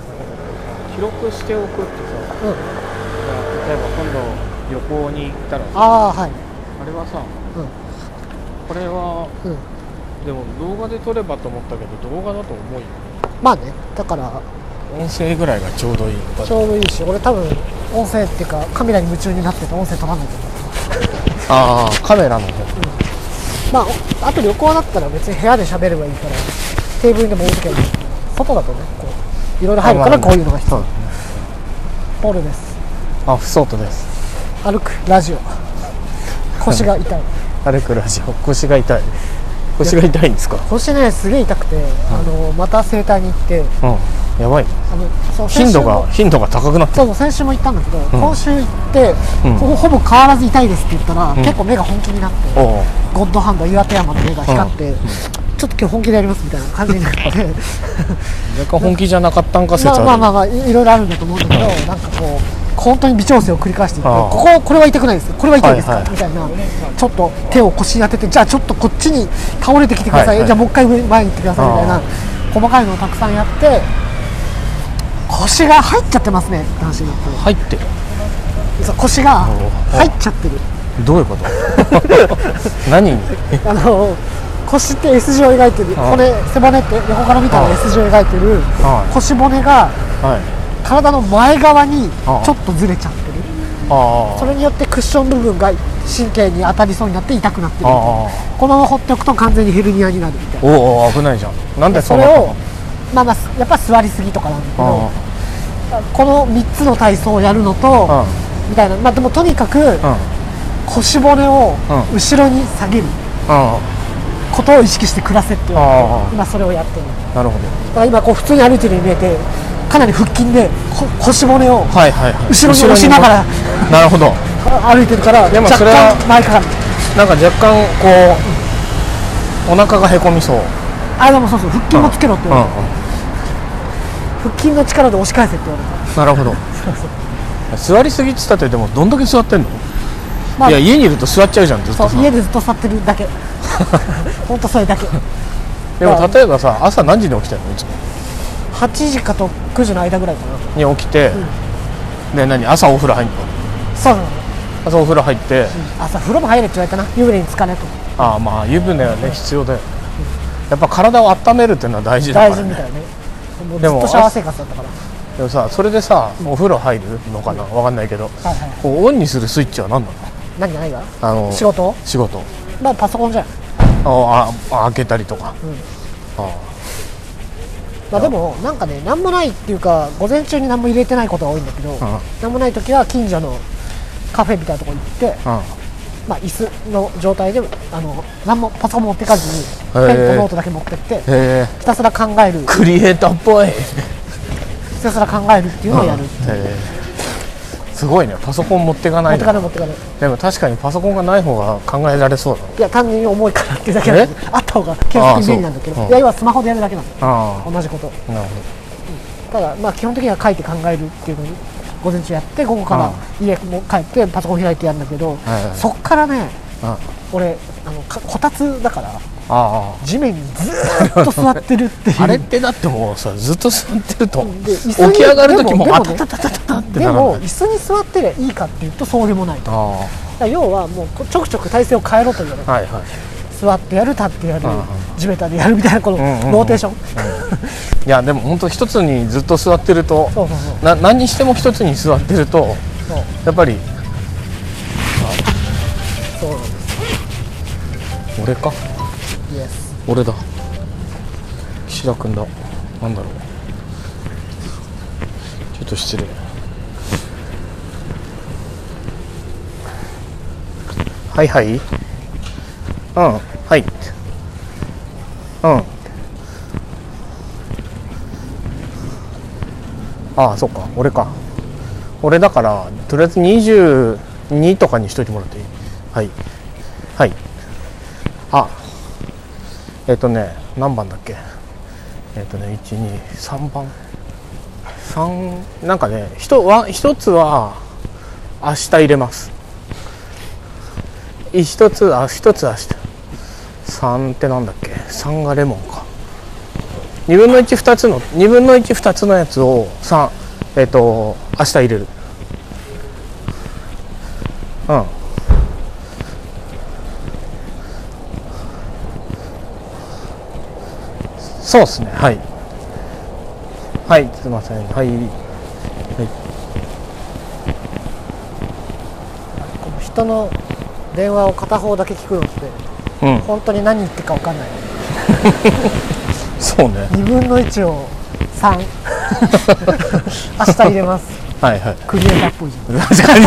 記録しておくってさ、 うん。 例えば今度旅行に行ったらさ、 ああ、はい。 あれはさ、 うん。 これはうん。 でも動画で撮ればと思ったけど動画だと重いよね。 まあね、だから音声ぐらいがちょうどいい。 ちょうどいいし、俺多分音声っていうかカメラに夢中になってて音声撮らないと思う。 ああ、カメラの方。 まあ、あと旅行だったら別に部屋で喋ればいいからテーブルでも置いとけばいい。外だとね、こういろいろ入るからこういうのが必要。ポールです。 あ、フソートです。 歩くラジオ。腰が痛い。 歩くラジオ。腰が痛い。腰が痛いんですか？ 腰ね、すげえ痛くて、また整体に行って、 やばい。 そう頻度が高くなってそう先週も行ったんだけど、今週行って、 うんほぼ変わらず痛いですって言ったら、結構目が本気になって、 おうゴッドハンド岩手山の目が光って、ちょっと今日本気でやりますみたいな感じになって若干本気じゃなかったんか説ある。 まあいろいろあるんだと思うんだけど、なんかこう本当に微調整を繰り返していって、これは痛くないですか、これは痛いですか、みたいな、ちょっと手を腰に当てて、じゃあちょっとこっちに倒れてきてください、じゃあもう一回前に行ってくださいみたいな細かいのをたくさんやって、腰が入っちゃってますねって話になって。 入ってる。 そう、腰が入っちゃってる。 どういうこと何に腰って S 字を描いてる、背骨って横から見たら S 字を描いてる腰骨が体の前側にちょっとずれちゃってる。それによってクッション部分が神経に当たりそうになって痛くなってる。このまま放っておくと完全にヘルニアになるみたいな。 おお、危ないじゃん。なんでそれをやっぱ座りすぎとかなんだけど、この3つの体操をやるのとみたいな。でもとにかく腰骨を後ろに下げることを意識して暮らせって言われて、今それをやってる。 なるほど。 だから今こう普通に歩いてるように見えて、かなり腹筋で腰骨を後ろに押しながらなるほど歩いてるから、 でも若それは干前かかる。 なんか若干こうお腹がへこみそう。 でもそう腹筋もつけろって言われて、腹筋の力で押し返せって言われた。 なるほど。座りすぎって言ったって、でもどんだけ座ってんの？いや、家にいると座っちゃうじゃん。ずっとさ。 家でずっと座ってるだけほんとそれだけ。 でも例えばさ、朝何時に起きてるの？いつも 8時かと9時の間ぐらいかなに起きて、で朝お風呂入るの？ そうなの。 朝お風呂入って、 朝風呂も入れって言われたな、湯船に浸かれと。 まあ湯船はね必要だよ。やっぱ体を温めるっていうのは大事だからね。 大事みたいね。もうずっとシャワー生活だったから。 でもさ、それでさ、お風呂入るのかな、わかんないけど、こうオンにするスイッチは何なの？ 何が仕事パソコンじゃん。 開けたりとか。 でもなんかね、何もないっていうか、午前中に何も入れてないことが多いんだけど、何もない時は近所のカフェみたいなところ行って、椅子の状態で何もパソコン持ってかずにペンとノートだけ持ってってひたすら考える。 クリエイターっぽい。 ひたすら考えるっていうのをやる。 すごいね。パソコン持ってかない。 持ってかない。 でも確かにパソコンがない方が考えられそうだ。 いや、単純に重いからっていうだけなんだけど、あった方が基本的に便利なんだけど、いや、今スマホでやるだけなんだ。同じこと。 なるほど。ただ基本的には書いて考えるっていうのに午前中やって、午後から家も帰ってパソコン開いてやるんだけど、そっからね、俺こたつだから地面にずっと座ってるっていう。 あれってだってもうさ、ずっと座ってると起き上がる時もあたたたたたってなる。 でも椅子に座ってりゃいいかっていうとそうでもないと。要はもうちょくちょく体勢を変えろと言われて、座ってやる、立ってやる、地べたでやるみたいな、このローテーション。 いやでも本当一つにずっと座ってると、何にしても一つに座ってるとやっぱりそうなんです。 俺か、俺だ、岸田君だ。なんだろう、ちょっと失礼。はいはい、はい、そっか、俺か。俺だからとりあえず22とかにしといてもらっていい？はいはい。何番だっけ。123番3、なんかね、一つは明日入れます。一つ明日。3ってなんだっけ。3がレモンか。 2分の12つの2分の12つのやつを3明日入れる。うん。そうですね。はい。はい、すみません。はい。はい。 この人の電話を片方だけ聞くのって、うん、本当に何言ってるか分かんない。 そうね。 2分の1を3明日入れます。 はいはい。 クリエイターっぽいじゃん。 確かに。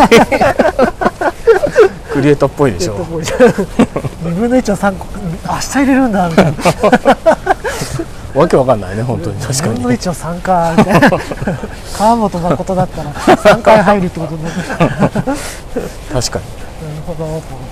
クリエイターっぽいでしょ。 2分の1を3個明日入れるんだみたいな。 わけわかんないね、本当に。確かに。 2分の1を3回みたいな。川本誠だったら3回入るってことになる。確かに。 なるほど。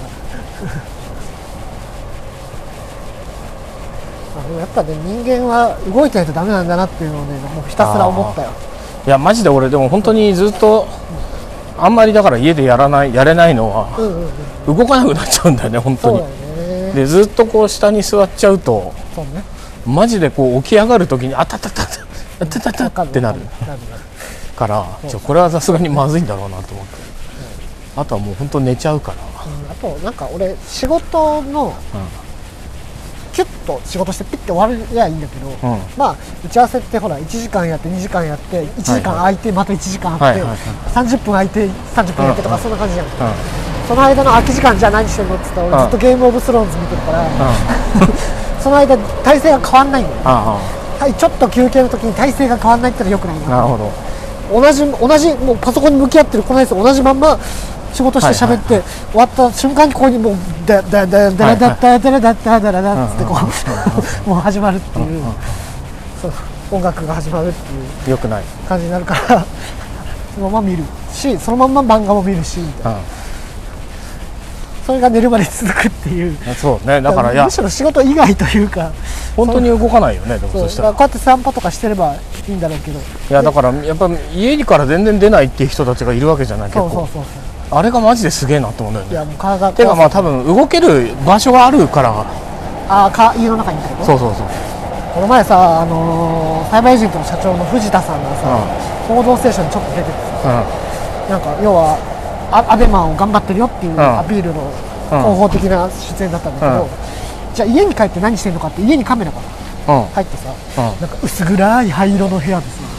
やっぱね、人間は動いてないとダメなんだなっていうのをね、もうひたすら思ったよ。 いやマジで俺でも本当にずっとあんまりだから家でやれないのは、動かなくなっちゃうんだよね本当に。でずっとこう下に座っちゃうと、そうね、マジでこう起き上がるときにあたたたたってなるから、これはさすがにまずいんだろうなと思って、あとはもう本当寝ちゃうから。 あとなんか俺仕事のキュッと仕事してピッて終わるりゃいいんだけど、まあ打ち合わせってほら1時間やって2時間やって1時間空いてまた1時間あって30分空いて30分やってとか、そんな感じじゃん。その間の空き時間じゃあ何してんのって言ったら、俺ずっとゲームオブスローンズ見てるから、その間体勢が変わんないんだよ。ちょっと休憩の時に体勢が変わんないってのはよくないな。なるほど。同じもうパソコンに向き合ってるこのやつ同じまんま仕事して喋って終わった瞬間にここにもうダダダダダダダダダダダダってこうもう始まるっていう、音楽が始まるっていうよくない感じになるからそのまま見るし、そのまんま漫画も見るしみたいな、それが寝るまで続くっていう。 そうね、だからむしろ仕事以外というか本当に動かないよね。でもそしたらこうやって散歩とかしてればいいんだろうけど、 いやだからやっぱ家から全然出ないっていう人たちがいるわけじゃない。結構あれがマジですげえなと思うんだよね。いやもう体てかまあ多分動ける場所があるから。 家の中にってこと？ そうこの前さ、サイバーエージェントの社長の藤田さんがさ、報道ステーションにちょっと出ててさ、なんか要はアベマンを頑張ってるよっていうアピールの広報的な出演だったんだけど、じゃあ家に帰って何してんのかって、家にカメラが入ってさ、なんか薄暗い灰色の部屋でさ、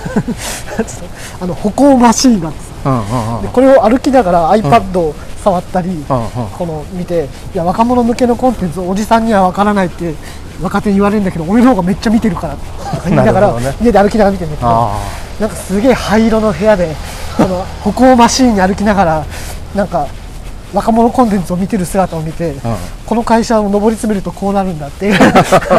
歩行マシーンがあってさ、でこれを歩きながら iPad を触ったり、この見て、いや若者向けのコンテンツおじさんには分からないって若手に言われるんだけど、俺の方がめっちゃ見てるからとか言いながら家で歩きながら見てるんだけど、なんかすげえ灰色の部屋で歩行マシーンに歩きながらなんか若者コンテンツを見てる姿を見て、この会社を上り詰めるとこうなるんだっていうちょっ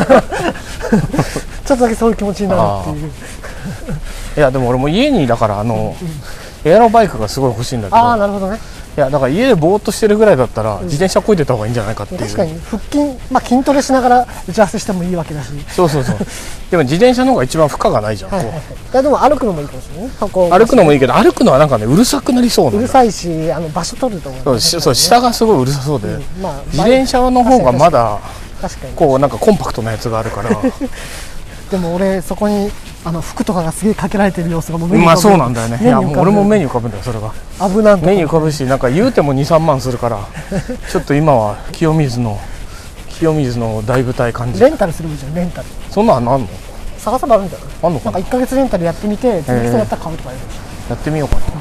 とだけそういう気持ちになるっていう。 いやでも俺も家にだからエアロバイクがすごい欲しいんだけど。 なるほどね。 いやだから家でぼーっとしてるぐらいだったら自転車こいでた方がいいんじゃないかっていう。 確かに腹筋、筋トレしながら打ち合わせしてもいいわけだし。 そうでも自転車の方が一番負荷がないじゃん。いやでも歩くのもいいかもしれないね。 歩くのもいいけど、歩くのはなんかねうるさくなりそうなんだ。 うるさいし場所取ると思う。 そう下がすごいうるさそうで、自転車の方がまだこうなんかコンパクトなやつがあるから。 でも俺そこに服とかがすげえかけられてる様子がもう目に浮かぶ。そうなんだよね。いやもう俺も目に浮かぶんだよそれが。 危ない。 目に浮かぶし、なんか言うても 2,3 万するからちょっと今は清水の大舞台感じ。 レンタルするじゃん。レンタルそんなんあんの？ 探せばあるんじゃない？ あんのかな。 なんか1ヶ月レンタルやってみて続きそうやったら買うとかやってみようかな。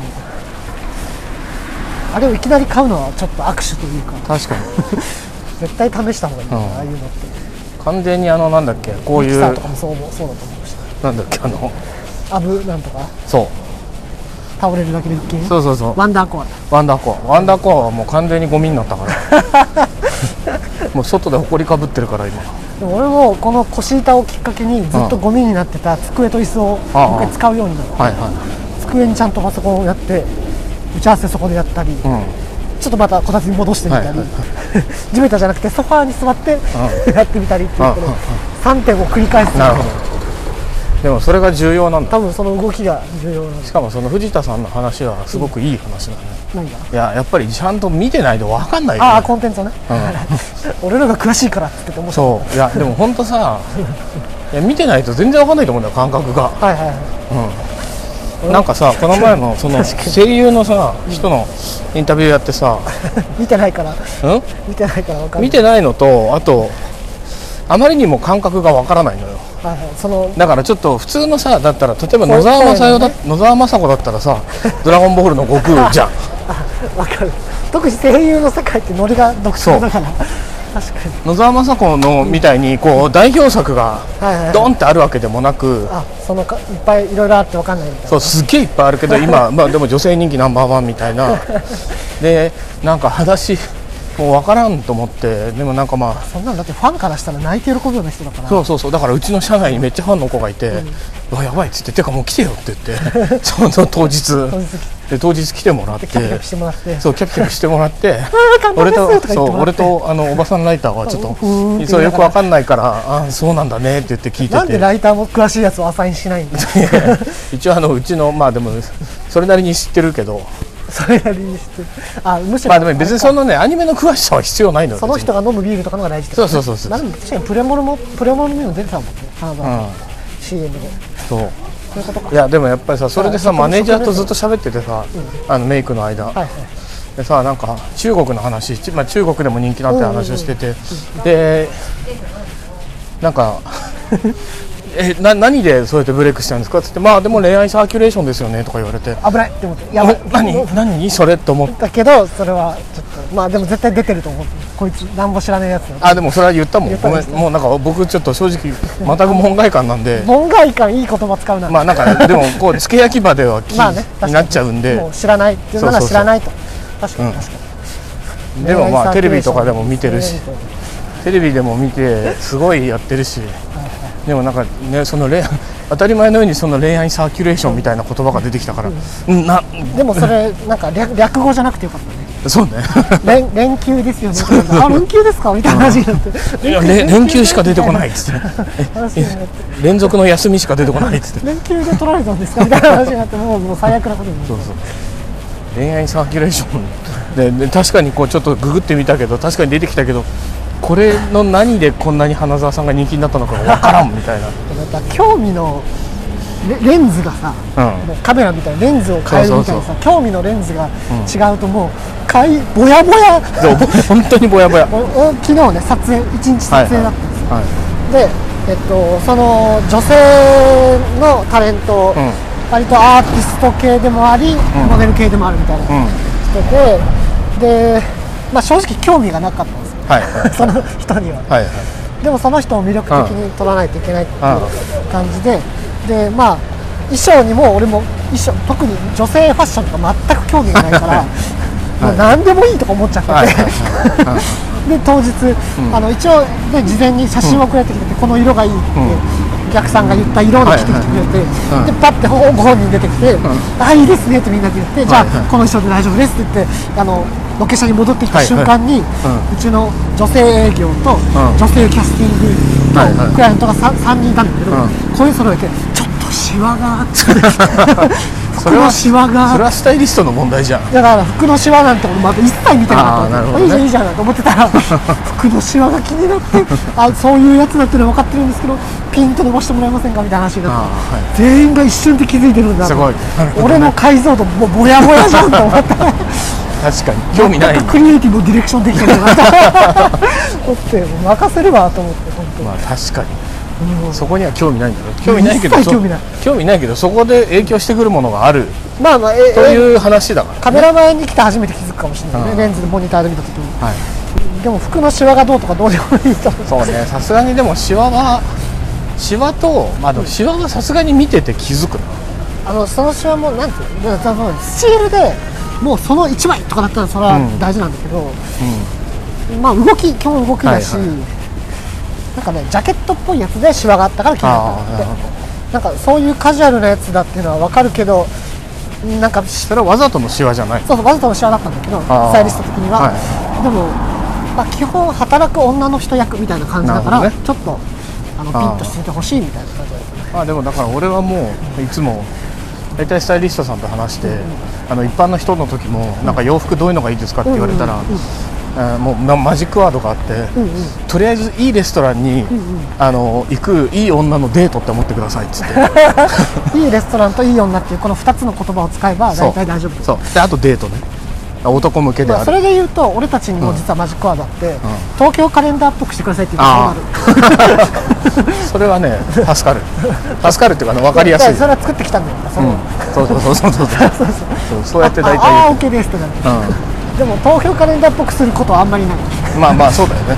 あれをいきなり買うのはちょっと握手というか。 確かに絶対試した方がいいな、ああいうのって。 完全になんだっけ、こういうミキサーとかもそうだと思うし、 なんだっけなんとかそう倒れるだけで一見。 そうワンダーコアはもう完全にゴミになったからもう外でほこりかぶってるから今。 でも俺もこの腰板をきっかけにずっとゴミになってた机と椅子をもう一回使うようになる。机にちゃんとパソコンをやって打ち合わせそこでやったり、ちょっとまたこたつに戻してみたり、地べたじゃなくてソファーに座ってやってみたりっていう3点を繰り返す。 なるほど。でもそれが重要なんだ。 多分その動きが重要なんだ。 しかもその藤田さんの話はすごくいい話だね。 何が？ いややっぱりちゃんと見てないと分かんないよね。 コンテンツをね。俺らが詳しいからって言って面白い。 そういやでも本当さいや見てないと全然わかんないと思うんだよ感覚が。 はいはいはい、 なんかさこの前のその声優のさ人のインタビューやってさ見てないから見てないから分かんない。 見てないのとあとあまりにも感覚がわからないのよ。 はいはい、そのだからちょっと普通のさだったら例えば野沢雅子だったらさドラゴンボールの悟空じゃん。 分かる。特に声優の世界ってノリが独特だから確かに野沢雅子のみたいにこう代表作がドンってあるわけでもなく、 そのいっぱいいろいろあって分かんないみたいな。 そうすっげえいっぱいあるけど今まあでも女性人気ナンバーワンみたいなでなんか裸足もう分からんと思って。でもなんかまあそんなんだってファンからしたら泣いて喜ぶような人だから。 そうだからうちの社内にめっちゃファンの子がいて、わやばいっつっててかもう来てよって言ってその当日来てもらってキャピキャピしてもらってそうキャピキャピしてもらって俺とおばさんライターはちょっとそうよく分かんないからそうなんだねって言って聞いてて、 なんでライターも詳しいやつをアサインしないんだ一応うちのまあでもそれなりに知ってるけどそれなりにしてむしろまあでも別にそのねアニメの詳しさは必要ないのよ。 その人が飲むビールとかのが大事そう確かにプレモルにも出てたもんねCM で。そういうことか。 いやでもやっぱりさそれでさマネージャーとずっと喋っててさメイクの間でさなんか中国の話中国でも人気だって話をしててでなんか何でそうやってブレイクしたんですかって言ってまあでも恋愛サーキュレーションですよねとか言われて危ないって思ってやばい何それって思ったけどそれはちょっとまあでも絶対出てると思う。こいつ何も知らないやつでもそれは言ったもん。ごめんもうなんか僕ちょっと正直全く門外漢なんで門外漢いい言葉使うな。 まあなんかでもこう付け焼き場ではになっちゃうんでもう知らないっていうのは知らないと。確かにでもまあテレビとかでも見てるしテレビでも見てすごいやってるしでもなんかねその当たり前のようにその恋愛サーキュレーションみたいな言葉が出てきたからでもそれなんか略語じゃなくてよかったね。 そうね連休ですよね連休ですかみたいな話になって連休しか出てこないっつって連続の休みしか出てこないっつって連休で取られたんですかみたいな話になってもう最悪なことになって。 そう恋愛サーキュレーションで確かにこうちょっとググってみたけど確かに出てきたけどこれの何でこんなに花澤さんが人気になったのか分からんみたいな興味のレンズがさ、もうカメラみたいなレンズを変えるみたいなさ興味のレンズが違うともうぼやぼや本当にぼやぼや昨日ね撮影1日撮影だったんですよ、で、その女性のタレント、割とアーティスト系でもあり、モデル系でもあるみたいな人で、まあ正直興味がなかったんですよ、その人には、でもその人を魅力的に撮らないといけないっていう感じで、まあ衣装にも俺も特に女性ファッションとか全く興味がないからもう何でもいいとか思っちゃっててで当日、一応、ね、事前に写真を送られてきてて、この色がいいってお客さんが言った色で着てきてくれて、でパッてご本人出てきて、いいですねってみんなで言って、じゃあこの衣装で大丈夫ですって言ってロケ車に戻ってきた瞬間に、うちの女性営業と女性キャスティングとクライアントが 3人いたんだけど、声揃えてちょっとシワがって服のシワがそれはスタイリストの問題じゃん。 だから服のシワなんて俺まだ一切見てなかった。いいじゃんいいじゃんと思ってたら服のシワが気になってそういうやつだってのは分かってるんですけどピンと伸ばしてもらえませんかみたいな話になって、全員が一瞬で気づいてるんだ。 すごい俺の解像度もうぼやぼやじゃんと思って確かに興味ないクリエイティブをディレクションできてるなと思って任せればと思って本当に。 まあ確かにそこには興味ないんだろう。興味ないけど興味ないけどそこで影響してくるものがあるという話だから、ね、 カメラ前に来て初めて気づくかもしれないね、レンズでモニターで見た時に、でも服のシワがどうとかどうでもいいと思う。 そうねさすがにでもシワと、まあ、でもシワはさすがに見てて気づくな。 そのシワもなんていうのスチールでもうその1枚とかだったらそれは大事なんだけど、まあ基本動きだし、なんかねジャケットっぽいやつでシワがあったから気になったって。なんかそういうカジュアルなやつだっていうのは分かるけど、なんかそれはわざとのシワじゃない。 そうわざとのシワだったんだけどスタイリスト的には、でも、まあ、基本働く女の人役みたいな感じだから、ちょっとピンとしててほしいみたいな感じですね。 でもだから俺はもういつも大体スタイリストさんと話して、一般の人の時もなんか洋服どういうのがいいですかって言われたら、 もうマジックワードがあって、とりあえずいいレストランに、行くいい女のデートって思ってくださいっつっていいレストランといい女っていうこの2つの言葉を使えば大体大丈夫。 そうで、あとデートね、男向けである。 それで言うと俺たちにも実はマジックワードあって、東京カレンダーっぽくしてくださいっていうのがある。 それはね、助かるっていうか分かりやすい。 それは作ってきたんだよ。 そうやって大体ああ OK ですってなる。でも東京カレンダーっぽくすることはあんまりない。 まあそうだよね。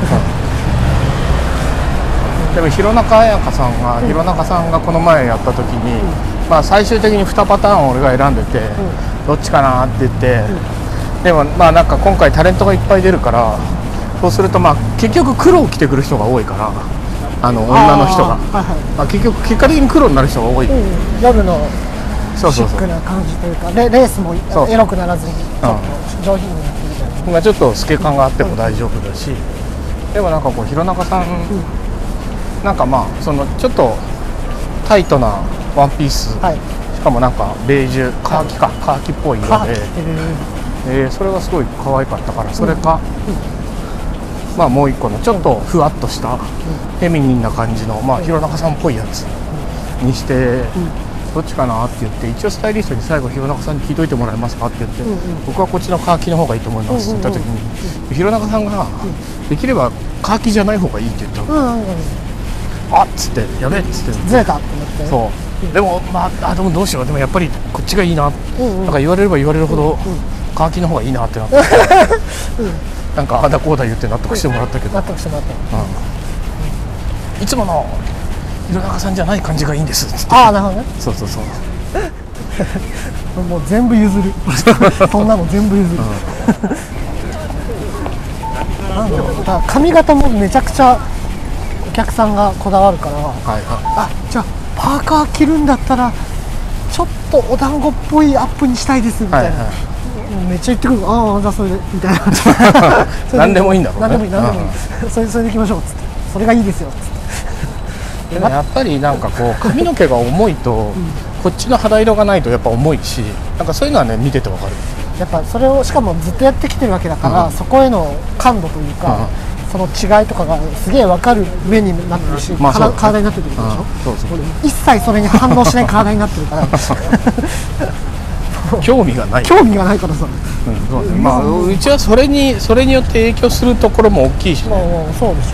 でも弘中綾香さんがこの前やった時に、最終的に2パターン俺が選んでて、どっちかなって言って、でもなんか今回タレントがいっぱい出るから、そうすると結局黒を着てくる人が多いから、女の人が、結局結果的に黒になる人が多い。 夜のシックな感じというか、レースもエロくならずにちょっと上品になってみたいな、 ちょっと透け感があっても大丈夫だし、でもなんかこう弘中さん、なんかそのちょっとタイトなワンピース、しかもなんかベージュカーキっぽい色で、それがすごい可愛かったから、それか、もう一個のちょっとふわっとしたフェミニンな感じの弘中さんっぽいやつにして、どっちかなって言って、一応スタイリストに最後弘中さんに聞いといてもらえますかって言って、僕はこっちのカーキの方がいいと思いますって言った時に、弘中さんができればカーキじゃない方がいいって言ったの。あっつって、やべえっつって、 ずれたって思って、 そうでもでもどうしよう、でもやっぱりこっちがいいな、なんか言われれば言われるほどカーキの方がいいなってなってなんかあだこうだ言って納得してもらったけど、 納得してもらった、 いつもの弘中さんじゃない感じがいいんですっつって。 ああ、なるほどね。 そうもう全部譲るそんなの全部譲る、髪型もめちゃくちゃお客さんがこだわるから、じゃあパーカー着るんだったらちょっとお団子っぽいアップにしたいですみたいな、めっちゃ言ってくる。ああ、じゃあそれでみたいな何でもいいんだろうね。 何でもいいそれでいきましょうっつって、それがいいですよっつって。 でもやっぱりなんかこう髪の毛が重いと、こっちの肌色がないとやっぱ重いし、なんかそういうのはね見ててわかる。 やっぱそれをしかもずっとやってきてるわけだから、そこへの感度というか、その違いとかがすげえ分かる目になってるし、体になってるでしょ。一切それに反応しない体になってるから興味がないからさ、 うちはそれによって影響するところも大きいしね。 そうでしょ。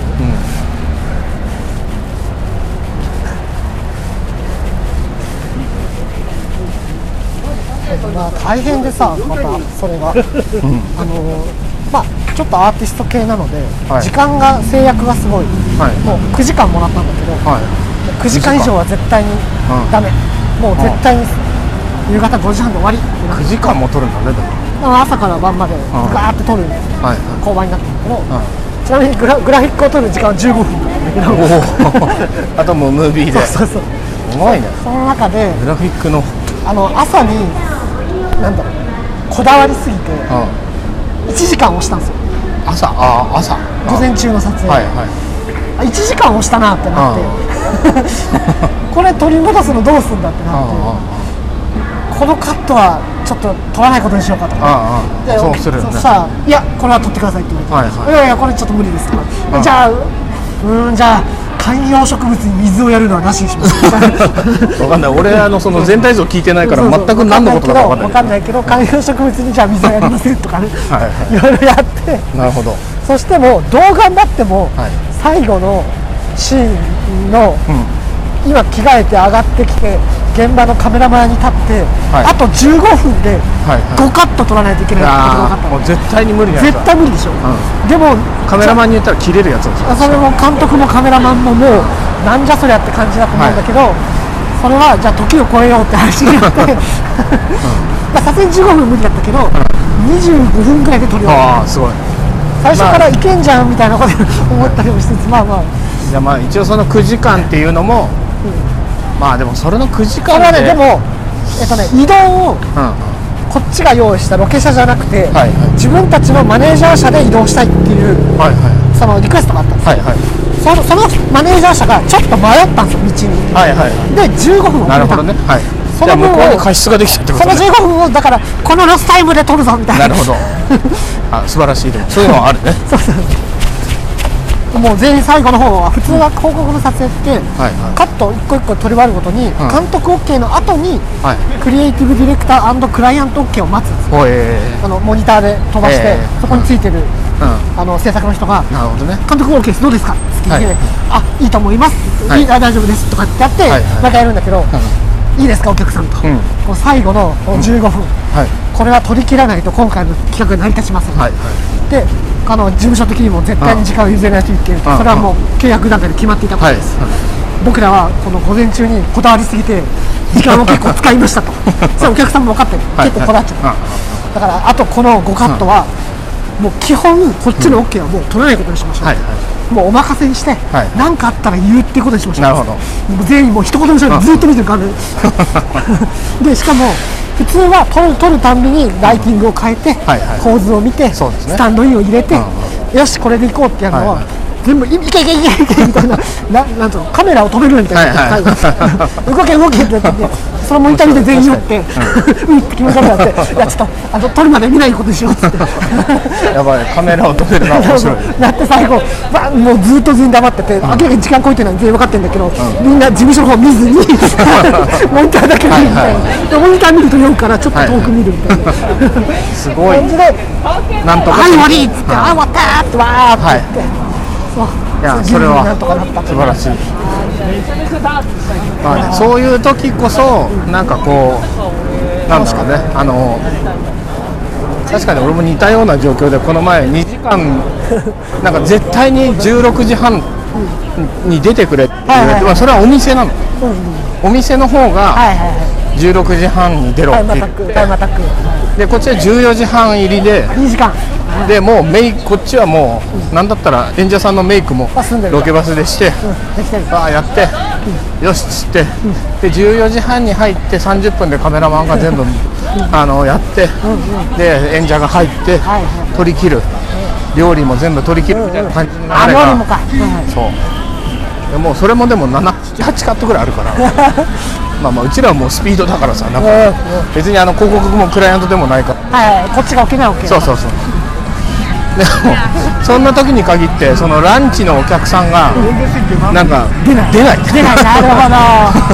大変でさ、またそれがちょっとアーティスト系なので、時間が制約がすごい、もう9時間もらったんだけど、9時間以上は絶対にダメ、もう絶対に夕方5時半で終わり。 9時間も撮るんだね。 朝から晩までガーって撮る交番になってるんだけど、ちなみにグラフィックを撮る時間は15分なんだけど、 あともうムービーで。 そうすごいね。 その中でグラフィックの朝にこだわりすぎて1時間押したんですよ。朝午前中の撮影、1時間押したなってなってこれ取り戻すのどうすんだってなって、このカットはちょっと取らないことにしようかとか、 そうするよね。 そしたらいやこれは取ってくださいって言われて、いやこれちょっと無理ですとか、じゃあ観葉植物に水をやるのはなしにします分かんない、俺その全体像聞いてないから全く何のことだか分かんないけど、 観葉植物にじゃあ水をやりませんとかねいろいろやって、 なるほど。 そしてもう動画になっても最後のシーンの今着替えて上がってきて現場のカメラ前に立って、あと15分で5カット撮らないといけないってことが分かったの。 絶対に無理なやつだ。 絶対無理でしょ。でもカメラマンに言ったら切れるやつですよ。 それも監督もカメラマンももうなんじゃそりゃって感じだと思うんだけど、それはじゃあ時を超えようって話になってさすがに15分無理だったけど、25分ぐらいで撮り終わった。 すごい。 最初からいけんじゃんみたいなこと思ったりもしつつ、じゃあ一応その9時間っていうのも、でもそれの9時間ででも移動をこっちが用意したロケ車じゃなくて、自分たちのマネージャー車で移動したいっていう、そのリクエストがあったんですよ。そのマネージャー車がちょっと迷ったんですよ、道に。で15分遅れた。 その分向こうに過失ができたってことね。 その15分をだからこのロスタイムで撮るぞみたいな。 なるほど。あ、素晴らしい。でもそういうのはあるね。 そうそう。もう全員最後の方は普通は広告の撮影って、カット一個一個取り終わるごとに、監督 OK の後に、クリエイティブディレクター&クライアント OK を待つんですよ。モニターで飛ばして、そこについてる、制作の人がなるほど、ね、 監督 OK です、どうですかって聞いて、あ、いいと思います、大丈夫ですとかってやって、またやるんだけど、いいですかお客さんと、こう最後の15分、これは取り切らないと今回の企画が成り立ちません、で事務所的にも絶対に時間を譲らないといけないと、それはもう契約段階で決まっていたことです、僕らはこの午前中にこだわりすぎて時間を結構使いましたとそれお客さんも分かってる、結構こだわっちゃう、だからあとこの5カットは、もう基本こっちの OK はもう取らないことにしましょう、もうお任せにして何かあったら言うっていうことにしましょう。なるほど。全員もう一言もしないでずっと見てるからねでしかも普通は撮るたんびにライティングを変えて、構図を見て、スタンドインを入れて、よしこれでいこうってやるのは、全部いけいけいけいけみたいな、なんとカメラを止めるみたいな、動け動けってやってて、そのモニター見て全員寄ってうんって気持ち悪くなって、いやちょっと撮るまで見ないことにしようっつってやばい、カメラを止めるのは面白いなって最後もうずっと全員黙ってて、明らかに時間超えてないの全員分かってるんだけど、みんな事務所の方見ずにモニターだけ見るみたいな、モニター見ると酔うからちょっと遠く見るみたいなすごい感じで、 なんとかはい終わりっつって、あ終わったーってわーって言って、 いやそれは素晴らしい。まあね、そういう時こそなんかこうなんだろうね、確かに俺も似たような状況でこの前2時間なんか絶対に16時半に出てくれって言われて、まあそれはお店なの、お店の方が16時半に出ろって言って、でこっちは14時半入りで 2時間でもうこっちはもうなんだったら演者さんのメイクもロケバスでして、やって、よしっつって、で14時半に入って30分でカメラマンが全部やって、で演者が入って取り切る、料理も全部取り切るみたいな感じになれば、そうでもうそれもでも7、8カットぐらいあるからまあうちらはもうスピードだからさ、なんか別に広告もクライアントでもないから、 こっちが OK な OK、 そうでもそんな時に限ってそのランチのお客さんがなんか出ないなるほど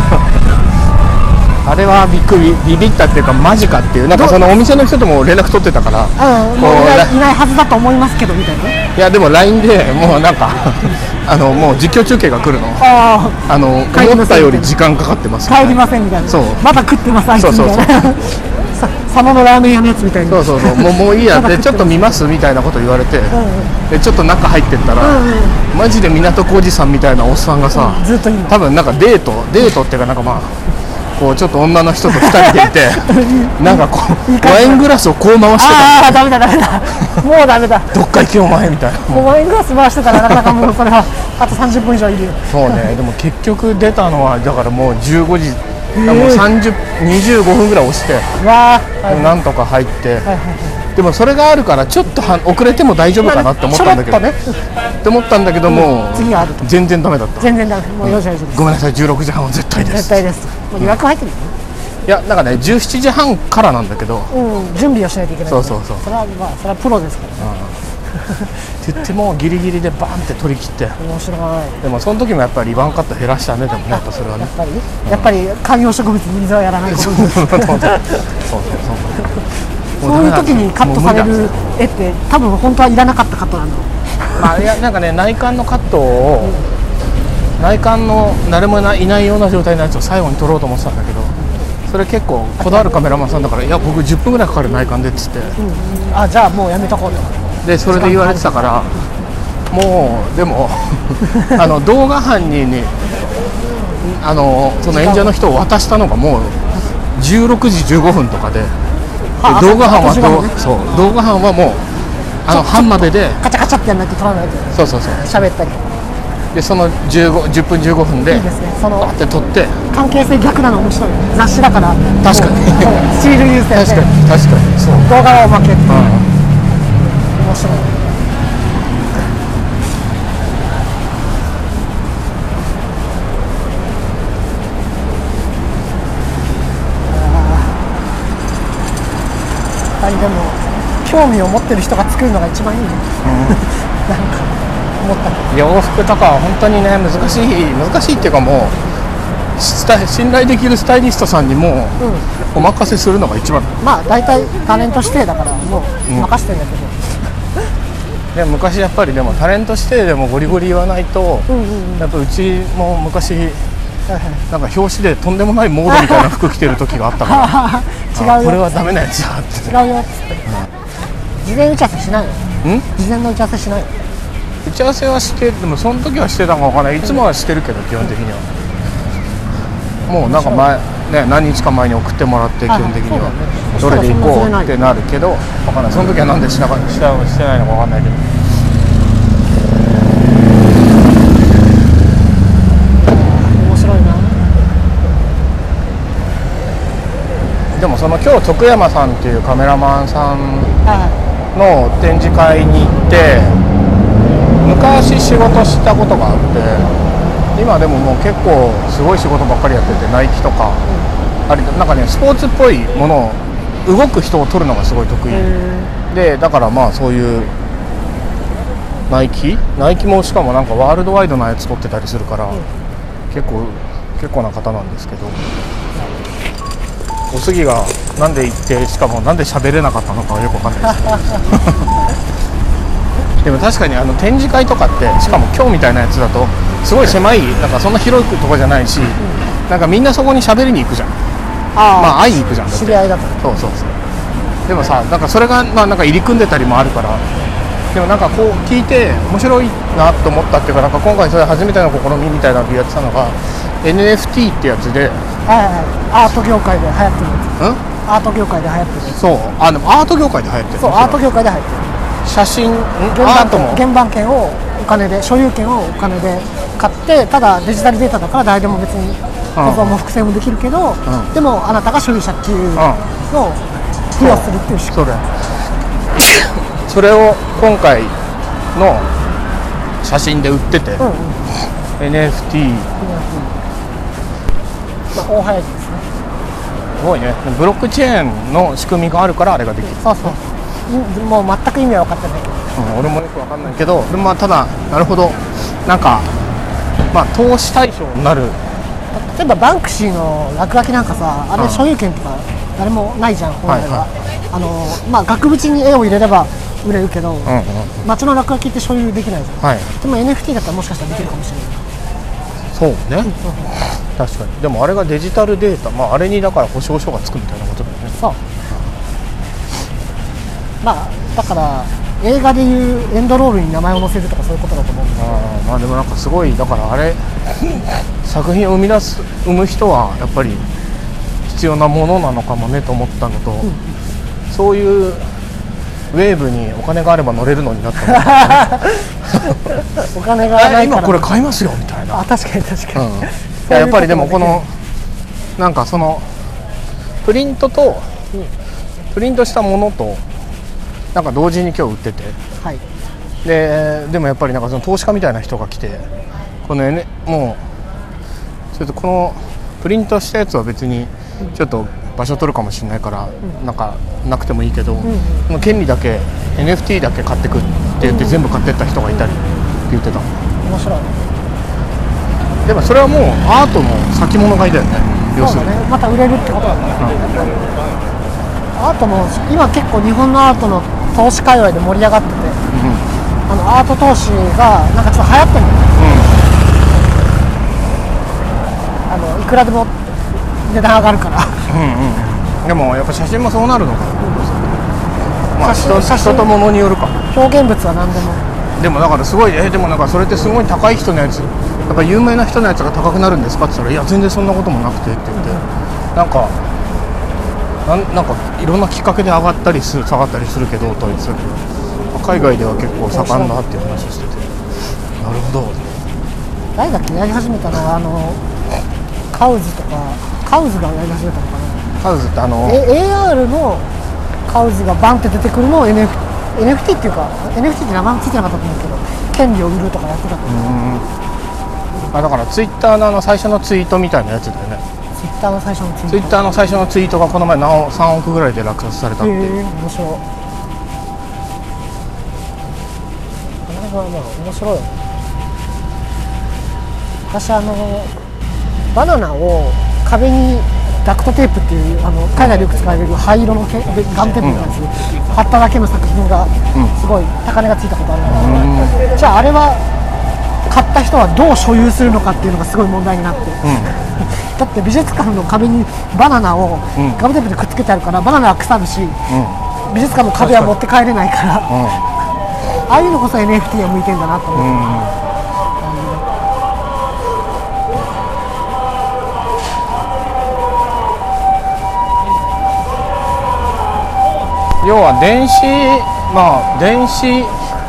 あれはビビったっていうかマジかっていう、なんかそのお店の人とも連絡取ってたから、 もういないはずだと思いますけどみたいな、 いやでも LINE でもうなんかもう実況中継が来るの、思ったより時間かかってます帰りませんみたいな、まだ食ってますあいつみたいな佐野のラーメン屋のやつみたいな、 そうもういいやでちょっと見ますみたいなこと言われて、でちょっと中入ってったら、マジで港区おじさんみたいなおっさんがさ、 ずっといる、 多分なんかデートっていうかなんかまあこうちょっと女の人と2人でいてなんかこうワイングラスをこう回してた、 ダメだもうダメだどっか行けお前みたいな、 もうワイングラス回してたらなかなかもうそれはあと30分以上いるよ。 そうね、でも結局出たのはだからもう15時、もう25分ぐらい押してなんとか入って、でもそれがあるからちょっと遅れても大丈夫かなって思ったんだけど、って思ったんだけども全然ダメだった。 全然ダメ、もう4時です。 ごめんなさい、16時半は絶対です。 絶対です。もう予約入ってるよね。 いやなんかね17時半からなんだけど、 準備をしないといけない。 そうそれはまあそれはプロですからね。 って言ってもギリギリでバンって取り切って、 面白い。 でもその時もやっぱりリバンカット減らしたね。でもねやっぱそれはね、 やっぱり観葉植物に水はやらないことです。そういう時にカットされる絵って多分本当はいらなかったカットなんだろう。 まあいやなんかね内観のカットを、内観の誰もいないような状態のやつを最後に撮ろうと思ってたんだけど、それ結構こだわるカメラマンさんだから、いや僕10分ぐらいかかる内観でっつって、 じゃあもうやめとこうと。 でそれで言われてたから、もうでも動画班にその演者の人を渡したのがもう16時15分とかで、動画班はもうハンマベでカチャカチャってやんないと撮らないと。そう喋ったりで、その10分15分でバーって撮って、 関係性逆なの面白い。雑誌だから確かにシール優先で確かにそう、 動画はおまけって面白い。 ぱりでも興味を持ってる人が作るのが一番いいね、なんか思ったけど洋服とかは本当にね難しいっていうか、もう信頼できるスタイリストさんにもお任せするのが一番、 まあ大体タレント指定だからもう任せてんだけど、 でも昔やっぱりでもタレント指定でもゴリゴリ言わないと、やっぱうちも昔なんか表紙でとんでもないモードみたいな服着てる時があったから違うよ、これはダメなやつだって違うよっつって、事前打ち合わせしないの？事前の打ち合わせしないの？ 打ち合わせはして、でもその時はしてたかわからない、いつもはしてるけど基本的には、もうなんか前、ね、何日か前に送ってもらって基本的にはどれで行こうってなるけど、わかんない、その時はなんでしてないのかわかんないけど。でもその今日徳山さんっていうカメラマンさんの展示会に行って、昔仕事したことがあって、今でももう結構すごい仕事ばっかりやってて、ナイキとか、あれなんかねスポーツっぽいものを動く人を撮るのがすごい得意で、だからまあそういうナイキもしかもなんかワールドワイドなやつ撮ってたりするから、結構な方なんですけど。おすぎがなんで行って、しかもなんで喋れなかったのかはよくわかんないですでも確かに展示会とかって、しかも今日みたいなやつだとすごい狭い、なんかそんな広いとこじゃないし、なんかみんなそこに喋りに行くじゃん。まあ会いに行くじゃん。 知り合いだと。 そうでもさ、なんかそれがまあなんか入り組んでたりもあるから、でもなんかこう聞いて面白いなと思ったっていうか、なんか今回それ初めての試みみたいなのをやってたのが NFT ってやつで、 アート業界で流行ってるやつ。アート業界で流行ってる。 そう、でもアート業界で流行ってる。 そう、アート業界で流行ってる。 写真、 原版権をお金で、所有権をお金で買って、ただデジタルデータだから誰でも別に保存も複製もできるけど、でもあなたが所有者っていうのを付与するっていう仕組み。 それを今回の写真で売ってて、NFT、 まあ、大流行りですね。 すごいね。ブロックチェーンの仕組みがあるからあれができる。 そうもう全く意味は分かってないけど、 俺もよく分かんないけど、でもまあただなるほど、なんかまあ投資対象になる。 例えばバンクシーの落書きなんかさ、あれ所有権とか誰もないじゃん、本来は。まあ額縁に絵を入れれば売れるけど、街の落書きって所有できないじゃん、でも NFT だったらもしかしたらできるかもしれない。 そうね、確かに。でもあれがデジタルデータ、まああれにだから保証書がつくみたいなことだよね。 そう、まあだから映画でいうエンドロールに名前を載せるとかそういうことだと思うんですけど、 まあでもなんかすごい、だからあれ作品を生む人はやっぱり必要なものなのかもねと思ったのと、そういうウェーブにお金があれば乗れるのになったお金がないから今これ買いますよみたいな。 確かに、 やっぱりでもこのなんかそのプリントしたものとなんか同時に今日売ってて、でもやっぱりなんかその投資家みたいな人が来て、このもうちょっとこのプリントしたやつは別にちょっと場所取るかもしれないから、なんかなくてもいいけど、この権利だけ NFT だけ買ってくって言って全部買ってった人がいたりって言ってた。 面白い。 でもそれはもうアートの先物買いだよね。要するにそうだね、また売れるってことだね。アートも今結構日本のアートの投資界隈で盛り上がってて、アート投資がなんかちょっと流行ってるんだよね、いくらでも値段上がるからでもやっぱ写真もそうなるのかな、まあ人と物によるか。 表現物は何でも。 でもだからすごいでもなんかそれってすごい高い人のやつ、やっぱ有名な人のやつが高くなるんですかって言ったら、いや全然そんなこともなくてって言って、なんかいろんなきっかけで上がったり下がったりするけどと言ってたけど、海外では結構盛んだっていう話をしてて、なるほど。 誰だっけやり始めたのはカウズとか、カウズがやり始めたのかな。 カウズって AR のカウズがバンって出てくるのを NFT っていうか NFT って名前ついてなかったと思うけど、権利を売るとかやってたと思う。 だからツイッターの最初のツイートみたいなやつだよね。 ツイッターの最初のツイート。 ツイッターの最初のツイートがこの前3億ぐらいで落札されたって。 面白い。まあ面白いよね。私バナナを壁にダクトテープっていう海外でよく使われる灰色のガムテープみたいなやつ貼っただけの作品がすごい高値がついたことあるんだけど、じゃああれは買った人はどう所有するのかっていうのがすごい問題になって、だって美術館の壁にバナナをガムテープでくっつけてあるからバナナは腐るし、美術館の壁は持って帰れないから、ああいうのこそ NFT は向いてんだなと思って。 要は電子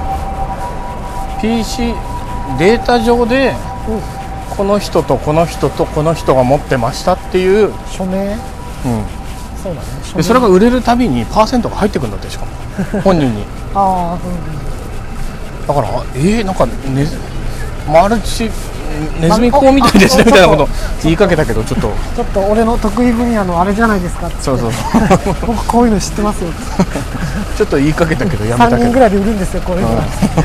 PC データ上で、この人とこの人とこの人が持ってましたっていう署名、そうだね。 でそれが売れるたびにパーセントが入ってくるんだって、しかも本人に。だからなんかマルチネズミ講みたいですねみたいなこと言いかけたけど、ちょっと俺の得意分野のあれじゃないですかって。そう僕こういうの知ってますよちょっと言いかけたけどやめたけど、 3人ぐらいで売るんですよこういうの。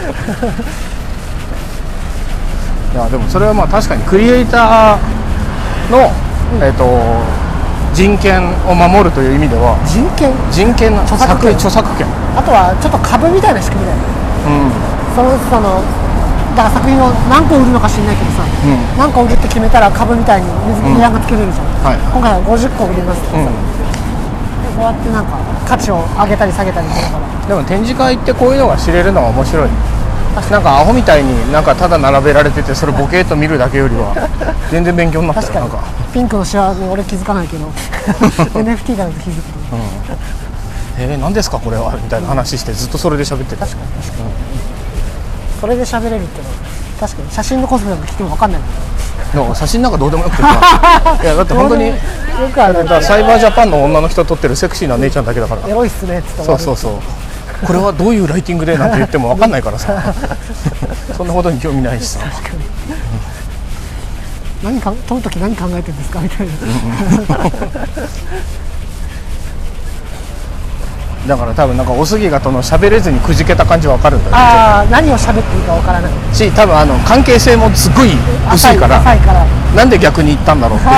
いやでもそれはまあ確かにクリエイターの、人権を守るという意味では、 人権の著作権、 あとはちょっと株みたいな仕組みだよね。だから作品を何個売るのか知らないけどさ、何個売るって決めたら株みたいに値段がつけれるじゃん。今回は50個売りますとかさ、こうやってなんか価値を上げたり下げたりするから。 でも展示会行ってこういうのが知れるのが面白い。なんかアホみたいになんかただ並べられててそれボケーっと見るだけよりは全然勉強になったよ。 確かにピンクのシワに俺気づかないけどNFT だと気づくと、 何ですかこれはみたいな話してずっとそれで喋ってた。 確かにそれで喋れるっていうのは確かに写真のコスメなんか来ても分かんないもん。 写真なんかどうでもよくてさいやだって本当によくあるサイバージャパンの女の人撮ってるセクシーな姉ちゃんだけだから、 エロいっすねって言ってそうこれはどういうライティングでなんて言っても分かんないからさそんなことに興味ないしさ、 撮るとき何考えてるんですかみたいなだから多分なんかおすぎが喋れずにくじけた感じは分かるんだよね。 何を喋っていいか分からないし、多分関係性もすごい薄いからなんで逆に言ったんだろうって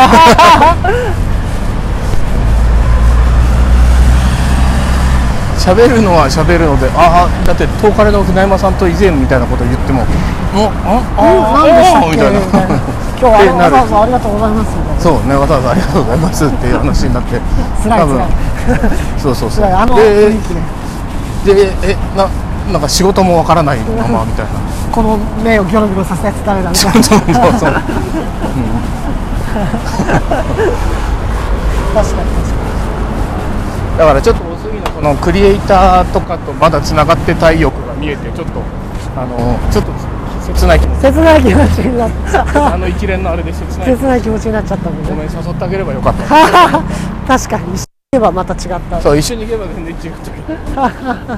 喋るのは喋るので、だって東カレの船山さんと以前みたいなこと言っても何でしたっけみたいな今日はわざわざありがとうございますみたいな。 そうね、わざわざありがとうございますっていう話になって辛いそう雰囲気でなんか仕事もわからないままみたいなこの目をギョロギョロさせたやつ誰だみたいなそう確かにだからちょっとおすぎのこのクリエイターとかとまだつながってたい欲が見えてちょっと切ない気持ちになった一連のあれで切ない気持ちになっちゃったもんね。 ごめん、誘ってあげればよかった確かに一緒に行けばまた違った。 そう、一緒に行けば全然違った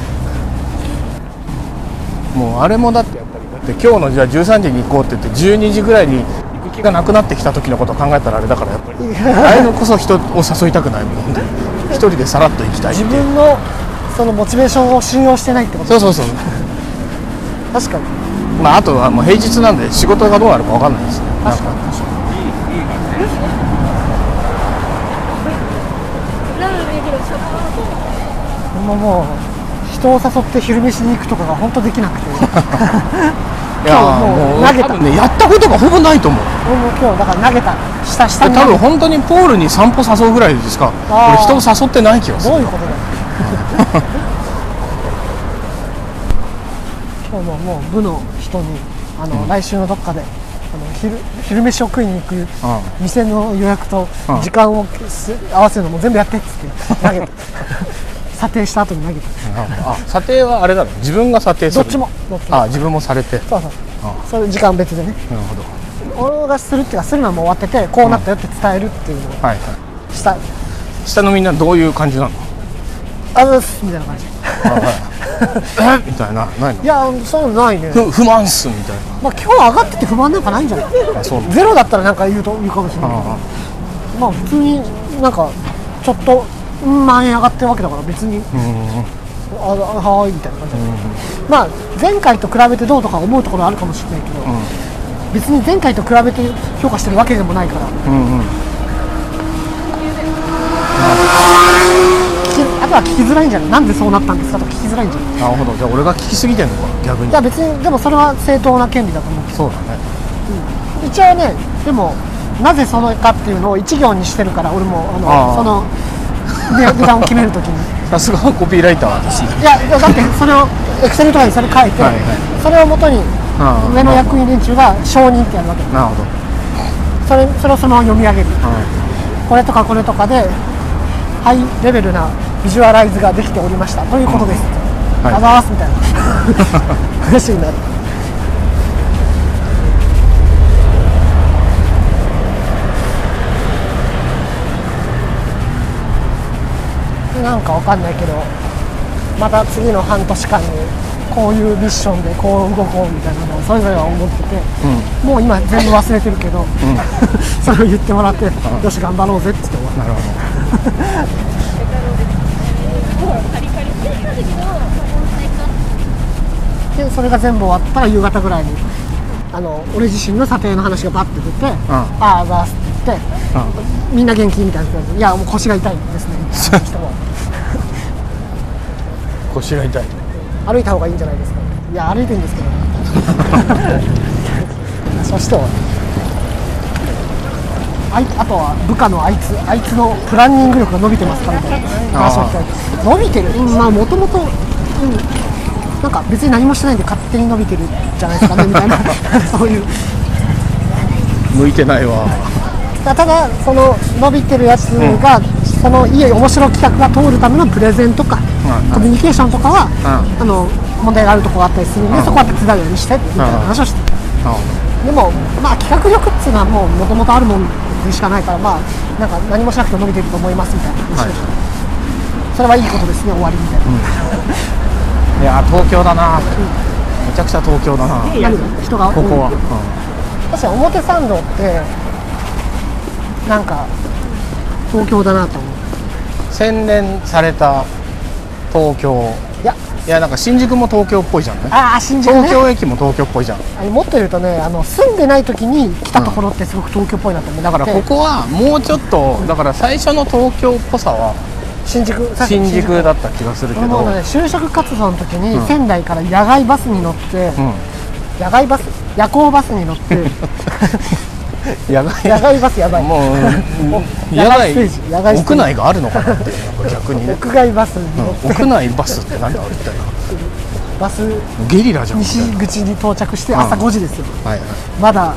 もうあれもだってやっぱりだって今日のじゃあ13時に行こうって言って12時ぐらいに行く気がなくなってきた時のことを考えたらあれだからやっぱりあれのこそ人を誘いたくないもん一人でさらっと行きたいって自分のそのモチベーションを信用してないってこと。 そう確かに。 あとはもう平日なんで仕事がどうなるか分かんないですね。 確かにもう人を誘って昼飯に行くとかが本当できなくていやもう投げた、多分ね、やったことがほぼないと思う。 今日だから投げた下に多分本当にポールに散歩誘うぐらいですか。俺人を誘ってない気がする。 どういうことだよ今日もう部の人に来週のどっかで昼飯を食いに行く店の予約と時間を合わせるのも全部やってっつって投げて査定した後に投げた。 査定はあれだろ、自分が査定する。 どっちも自分もされて。 それ時間別でね。 なるほど。 俺がするっていうかするのはもう終わっててこうなったよって伝えるっていうのをしたい。 下のみんなどういう感じなの？ みたいな感じみたいな、ないの？ いや、そういうのないね。 不満っすみたいな。 今日上がってて不満なんかないんじゃない？ゼロだったらなんか言うかもしれないけど。 まあ普通になんかちょっと万円上がってるわけだから別に、はーいみたいな感じで、まあ前回と比べてどうとか思うところあるかもしれないけど、別に前回と比べて評価してるわけでもないから、あとは聞きづらいんじゃない、なんでそうなったんですかとか聞きづらいんじゃない。 なるほど、じゃあ俺が聞きすぎてんのか逆に。 いや別に、でもそれは正当な権利だと思うけど。 そうだね、 一応ね、でもなぜそのかっていうのを一行にしてるから、俺もその値段を決めるときにさすがコピーライター私。 いやだってそれをエクセルとかにそれ書いて、それをもとに上の役員連中が承認ってやるわけだ。 なるほど。 それをそのまま読み上げる、これとかこれとかでハイレベルなビジュアライズができておりましたということです、あざーすみたいな話になる。なんかわかんないけど、また次の半年間にこういうミッションでこう動こうみたいなのをそれぞれは思ってて、もう今全部忘れてるけど、それを言ってもらって、よし頑張ろうぜって言って終わる。なるほど。でそれが全部終わったら夕方ぐらいに俺自身の査定の話がバッて出て、ああざーすって言って、みんな元気みたいな感じで、いやもう腰が痛いんですね人も腰が痛い、 歩いた方がいいんじゃないですか。いや歩いてるんですけどそしてあとは部下のあいつのプランニング力が伸びてますかみたいな話を聞かれて、伸びてる、まあもともとなんか別に何もしてないんで勝手に伸びてるじゃないですかねみたいなそういう向いてないわ。 ただその伸びてるやつが、そのいい面白い企画が通るためのプレゼンとか、コミュニケーションとかは、問題があるところがあったりするんで、そこは手伝うようにしてみたいな話をして、でもまあ企画力っていうのはもともとあるもんでしかないから、まあなんか何もしなくて伸びてると思いますみたいな話をして、それはいいことですね終わりみたいな、 いや東京だな、めちゃくちゃ東京だな。 人が多い。 ここは、 確かに表参道ってなんか東京だなと思う。 洗練された東京。いやなんか新宿も東京っぽいじゃんね。 新宿ね、 東京駅も東京っぽいじゃん。 もっと言うとね、住んでない時に来たところってすごく東京っぽいなと思う。 だからここはもうちょっと、だから最初の東京っぽさは新宿だった気がするけど、 もうね、就職活動の時に仙台から野外バスに乗って、夜行バスに乗って野外バスやばい、 もう野外屋内があるのかなって逆にね屋外バスに乗って、 屋内バスって何だみたいな、 バスゲリラじゃん。 西口に到着して朝5時ですよ、まだ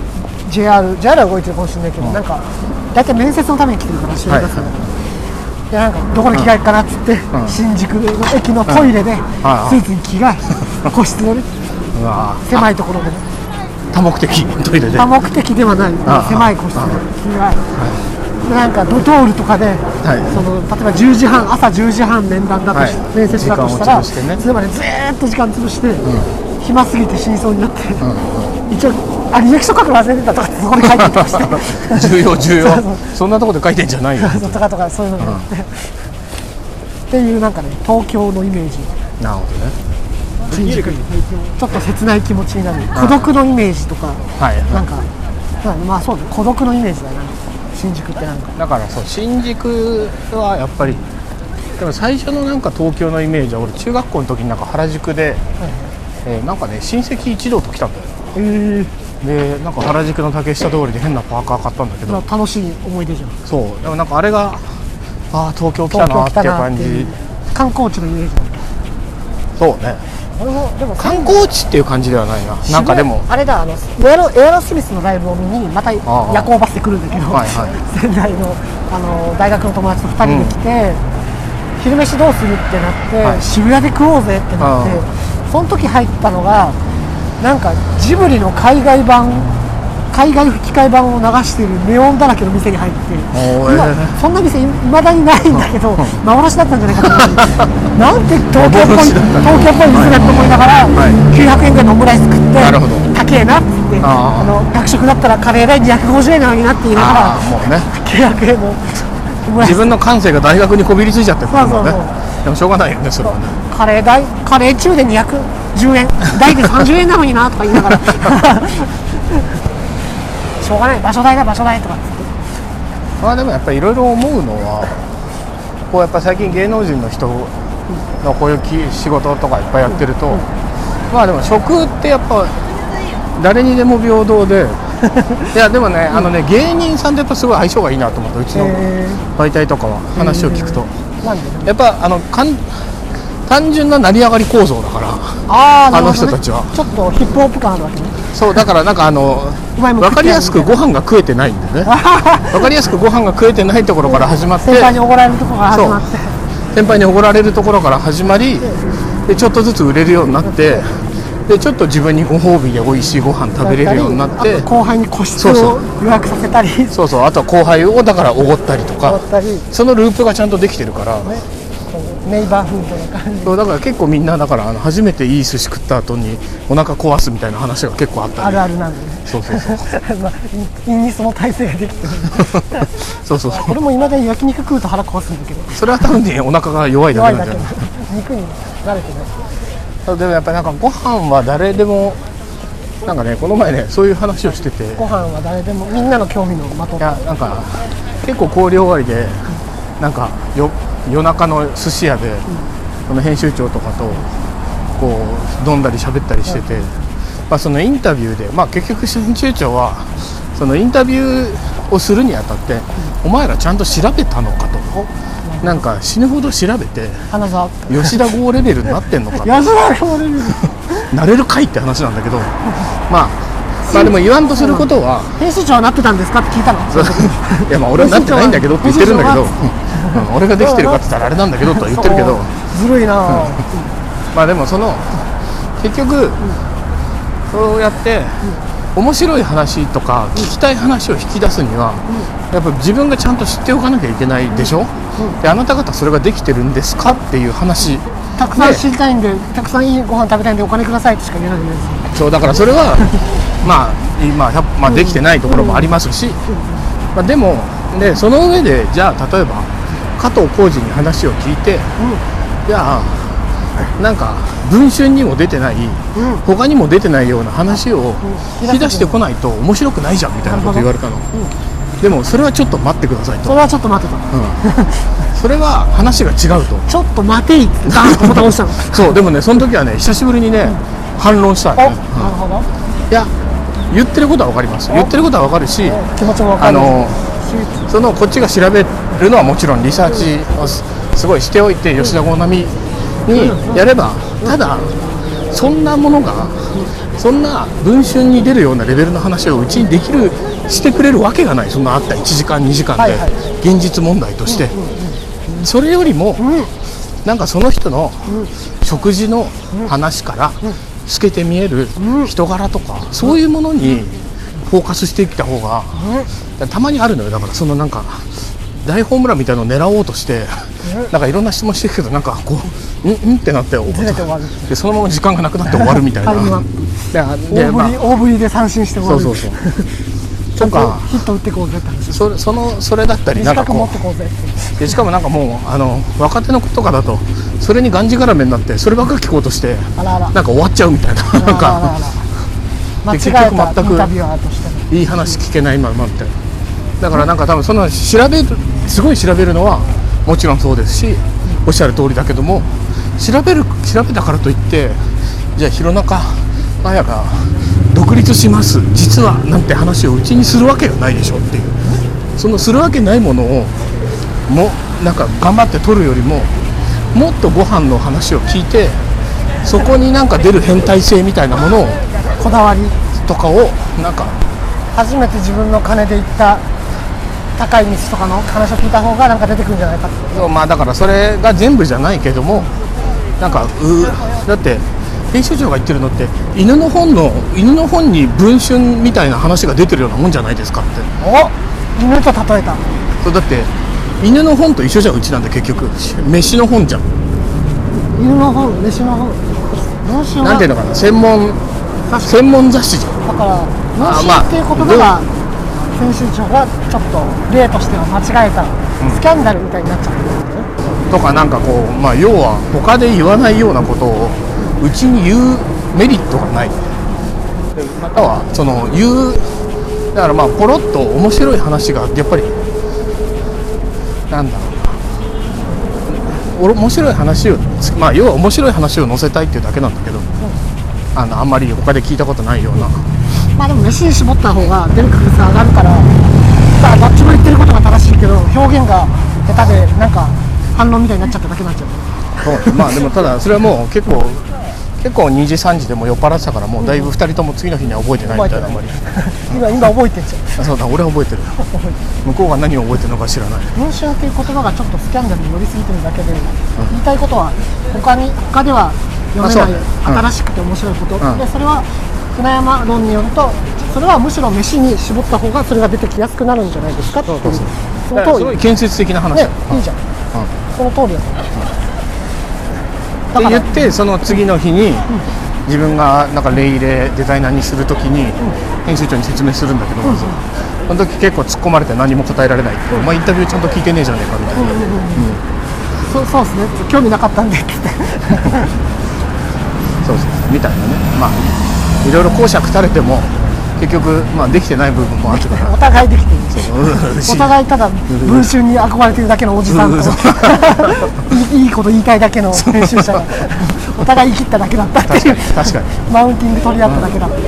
JR は動いてるかもしれないけど、なんか大体面接のために来てるから、就活が、でなんかどこで着替えるかなっつって、新宿の駅のトイレでスーツに着替え、個室のね狭いところで多目的トイレで、 多目的ではない狭い個室で着替え、なんかドトールとかで、その例えば10時半朝10時半面談だと面接だとしたら、それまでずーっと時間潰して、暇すぎて死にそうになって、一応履歴書書くの忘れてたとかってそこで書いてとかして重要そんなとこで書いてんじゃないよとかそういうのがあってっていう、なんかね東京のイメージ。 なるほどね。 新宿にちょっと切ない気持ちになる、孤独のイメージとか、なんかまあそうね、孤独のイメージだな新宿って。なんかだからそう、新宿はやっぱりでも最初のなんか東京のイメージは、俺中学校の時になんか原宿で、なんかね親戚一同と来たんだよ。でなんか原宿の竹下通りで変なパーカー買ったんだけど、 楽しい思い出じゃん。 そうでもなんかあれが東京来たなっていう感じ。 観光地のイメージなんだ。 そうね、 俺もでも観光地っていう感じではないな。なんかでもあれだ、エアロスミスのライブを見にまた夜行バスで来るんだけど、仙台の大学の友達と2人で来て、昼飯どうするってなって、渋谷で食おうぜってなって、その時入ったのがなんかジブリの海外版海外吹き替え版を流してるネオンだらけの店に入って、そんな店いまだにないんだけど、幻だったんじゃないかと思ってなんて東京っぽい店だと思いながら、900円ぐらいのオムライス食って、高えなって言って、学食だったらカレー代250円なのになって言いながら、900円のオムライス、 自分の感性が大学にこびりついちゃってるからね。でもしょうがないよね、それはね。 カレー中で210円代で30円なのになとか言いながらしょうがない、場所代とかって。 まあでもやっぱりいろいろ思うのは、こうやっぱ最近芸能人の人のこういう仕事とかいっぱいやってると、まあでも食ってやっぱ誰にでも平等でいやでもね、芸人さんとやっぱすごい相性がいいなと思って、うちの媒体とかは話を聞くと、やっぱ単純な成り上がり構造だから、あの人たちはちょっとヒップホップ感あるわけね。 そうだからなんか分かりやすくご飯が食えてないんでね分かりやすくご飯が食えてないところから始まって、 先輩におごられるところから始まって、 先輩におごられるところから始まり、でちょっとずつ売れるようになって、でちょっと自分にご褒美で美味しいご飯食べれるようになって、 後輩に個室を予約させたり、 そうそう、あとは後輩をだからおごったりとか、そのループがちゃんとできてるから、 ネイバーフードな感じ。 そうだから結構みんなだから初めていい寿司食った後にお腹壊すみたいな話が結構あったり、 あるあるなんでね。 そうまあ胃にその体勢ができてるそう俺も今で焼肉食うと腹壊すんだけど、 それは多分ねお腹が弱いだけなんじゃない肉に慣れてない。 でもやっぱりなんかご飯は誰でもなんかね、この前ねそういう話をしてて、 ご飯は誰でもみんなの興味の的。 いやなんか結構交流終わりでなんか夜中の寿司屋で、この編集長とかとこう飲んだり喋ったりしてて、まあ、そのインタビューで、まあ、結局編集長はそのインタビューをするにあたって、お前らちゃんと調べたのかと、なんか死ぬほど調べて吉田剛レベルになってんのかなれるかいって話なんだけど、まあでも言わんとすることは、 編集長はなってたんですかって聞いたの。 いやまあ俺はなってないんだけどって言ってるんだけど俺ができてるかって言ったらあれなんだけどとは言ってるけど、 ずるいなまあでもその結局そうやって面白い話とか聞きたい話を引き出すには、やっぱ自分がちゃんと知っておかなきゃいけないでしょ。であなた方それができてるんですかっていう話、 たくさん知りたいんで、たくさんいいご飯食べたいんでお金くださいとしか言えないじゃないですか。 そうだからそれはまあできてないところもありますし、まあ、でもでその上でじゃあ例えば加藤浩次に話を聞いて、じゃあなんか文春にも出てない、他にも出てないような話を引き出してこないと面白くないじゃんみたいなこと言われたの。でもそれはちょっと待ってくださいと。 それはちょっと待ってと、 それは話が違うと。 ちょっと待ていってダーンとボタン押したのそうでもねその時はね久しぶりにね反論したのね。 なるほど。 いや言ってることは分かります。言ってることは分かるし、 気持ちも分かるそのこっちが調べるのはもちろんリサーチをすごいしておいて、吉田剛並みにやれば、ただそんなものがそんな文春に出るようなレベルの話をうちにできるしてくれるわけがない。そんなあった1時間2時間で現実問題として、それよりもなんかその人の食事の話から透けて見える人柄とか、そういうものにフォーカスしてきた方が、たまにあるのよ。だからそのなんか大ホームランみたいなのを狙おうとしてなんかいろんな質問してるけど、なんかこうってなってでそのまま時間がなくなって終わるみたいな大振りで三振して終わる。 そうとかヒット打ってこうぜって話。 それだったりなんかこうでしかもなんかもう若手の子とかだとそれにがんじがらめになってそればっかり聞こうとしてなんか終わっちゃうみたいな、なんか結局全くいい話聞けないままみたいな。だからなんか多分そのすごい調べるのはもちろんそうですし、おっしゃる通りだけども、調べたからといってじゃあ弘中綾が独立します実はなんて話をうちにするわけがないでしょっていう、そのするわけないものをなんか頑張って取るよりも、もっとご飯の話を聞いて、そこになんか出る変態性みたいなものをこだわりとかをなんか初めて自分の金で行った高い道とかの話を聞いた方がなんか出てくるんじゃないかって。 まあだからそれが全部じゃないけども、なんかだって編集長が言ってるのって犬の本に文春みたいな話が出てるようなもんじゃないですかって。 お、犬と例えた。 そうだって犬の本と一緒じゃん、うちなんで結局飯の本じゃん。 犬の本、飯の本、 なんていうのかな、専門雑誌じゃん。 だから文春っていう言葉が編集長がちょっと例としては間違えたスキャンダルみたいになっちゃってるんだよね、 とかなんかこう、まあ要は他で言わないようなことをうちに言うメリットがない。またはその言う、だからまあポロッと面白い話がやっぱりなんだろうな、面白い話を、まあ要は面白い話を載せたいっていうだけなんだけど、あんまり他で聞いたことないような。 まあでも飯に絞った方が出る確率が上がるから、どっちも言ってることが正しいけど表現が下手でなんか反論みたいになっちゃっただけになっちゃう。 そう、まあでもただそれはもう結構2時3時でも酔っ払ってたから、もうだいぶ2人とも次の日には覚えてないみたいな。あんまり今覚えてんじゃん。 そうだ、俺は覚えてる。向こうが何を覚えてるのか知らない。 文春っていう言葉がちょっとスキャンダルに乗りすぎてるだけで、言いたいことは他では読めない新しくて面白いこと、でそれは船山論によると、それはむしろ飯に絞った方がそれが出てきやすくなるんじゃないですかっていう。 その通り。すごい建設的な話だ、 ね、いいじゃん、その通りだと。 って言って、その次の日に自分がなんかレイレデザイナーにするときに編集長に説明するんだけど、その時結構突っ込まれて何も答えられないって、お前インタビューちゃんと聞いてねえじゃねえかみたいな。 そうですね、興味なかったんでってそうみたいなね。まあいろいろ講釈されても結局まあできてない部分もあるからお互いできてる。お互いただ文春に憧れてるだけのおじさんといいこと言いたいだけの編集者がお互い生きっただけだったっていう。 確かにマウンティング取り合っただけだった。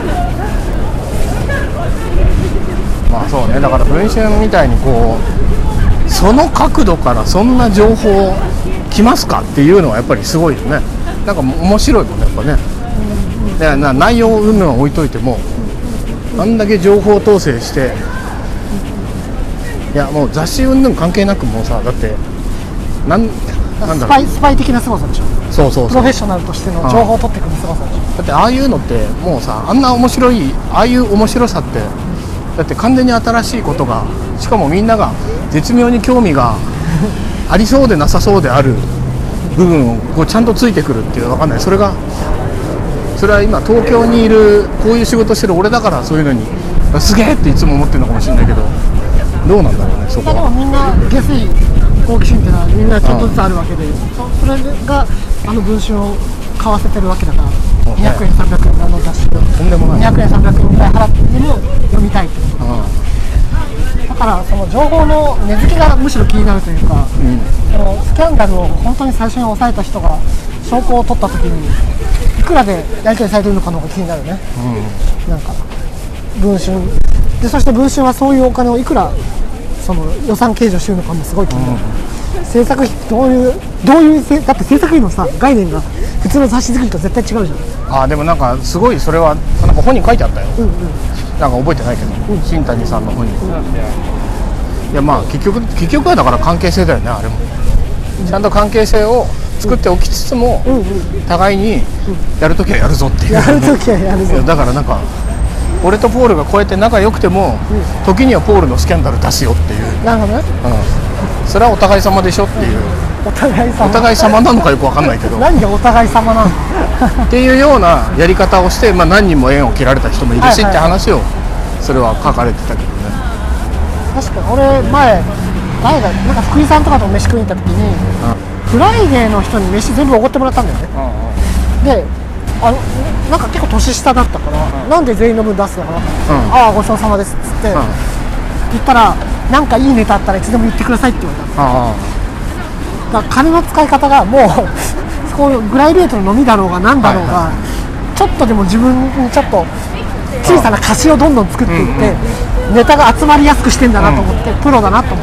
まあそうね、だから文春みたいにこうその角度からそんな情報来ますかっていうのはやっぱりすごいよね。なんか面白いもんね、やっぱね。で内容云々は置いといても、あんだけ情報統制して、いやもう雑誌云々関係なくもうさ、だってなんだろう、 スパイ的な凄さでしょ。 そうプロフェッショナルとしての情報を取ってくる凄さでしょ。 だってああいうのってもうさ、あんな面白い、ああいう面白さってだって完全に新しいことが、しかもみんなが絶妙に興味がありそうでなさそうである部分をこうちゃんとついてくるっていうのは分かんない。それは今東京にいるこういう仕事してる俺だからそういうのにすげえっていつも思ってるのかもしれないけど、どうなんだろうね、そこは。 でもみんな下水好奇心っていうのはみんなちょっとずつあるわけで、それが文春を買わせてるわけだから、200円300円の雑誌でとんでもない 200円300円ぐらい払っても読みたいってこと、だからその情報の根付きがむしろ気になるというか、そのスキャンダルを本当に最初に抑えた人が証拠を取った時にいくらでやり取りされてるのかの方が気になるね、なんか文春で、そして文春はそういうお金をいくらその予算計上してるのかもすごい気になる、制作費どういうだって制作費のさ概念が普通の雑誌作りと絶対違うじゃん。 でもなんかすごいそれはなんか本に書いてあったよ、なんか覚えてないけど、新谷さんの本に、いやまあ結局はだから関係性だよね。あれもちゃんと関係性を作っておきつつも、互いにやるときはやるぞっていう、 やるときはやるぞ。 だからなんか俺とポールがこうやって仲良くても、時にはポールのスキャンダル出すよっていう。 なるほどね、 それはお互い様でしょっていう、 お互い様なのかよく分かんないけど何がお互い様なのっていうようなやり方をして、何人も縁を切られた人もいるしって話を、それは書かれてたけどね。 確かに俺前誰だ、なんか福井さんとかと飯食いに行った時に、フライデーの人に飯全部おごってもらったんだよね、でなんか結構年下だったから、なんで全員の分出すのかなと思って、ああごちそうさまですっつって、言ったら、なんかいいネタあったらいつでも言ってくださいって言われたんですよ。だから金の使い方がもうこういうプライベートの飲みだろうがなんだろうが、ちょっとでも自分にちょっと小さな貸しをどんどん作っていって、ネタが集まりやすくしてんだなと思って、プロだなと思った。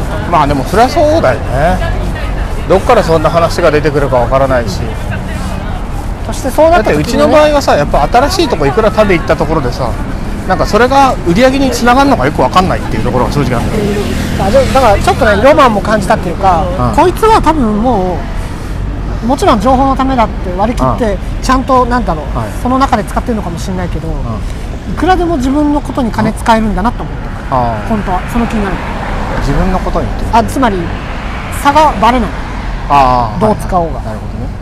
でもそれはそうだよね。どっからそんな話が出てくるかわからないし、 そしてそうなった時に、 だってうちの場合はさ、やっぱ新しいとこいくら食べ行ったところでさ、なんかそれが売り上げにつながるのかよく分かんないっていうところが正直あるんだよ。 だからちょっとねロマンも感じたっていうか、こいつは多分もうもちろん情報のためだって割り切ってちゃんとなんだろう、その中で使ってるのかもしれないけど、いくらでも自分のことに金使えるんだなと思って、本当はその気になる。 自分のことにつまり差がバレない。どう使おうが。 なるほどね。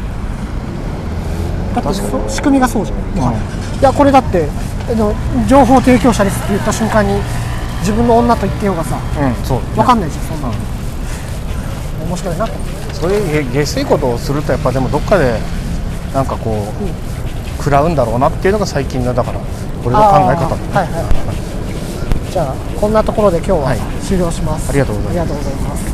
だって仕組みがそうじゃん。いやこれだって情報提供者ですって言った瞬間に自分の女と言ってようがさ、分かんないじゃん、そんなの。面白いなと。 そういう下水ことをするとやっぱでもどっかでなんかこう食らうんだろうなっていうのが最近のだから俺の考え方。 じゃあこんなところで今日は終了します。 ありがとうございます。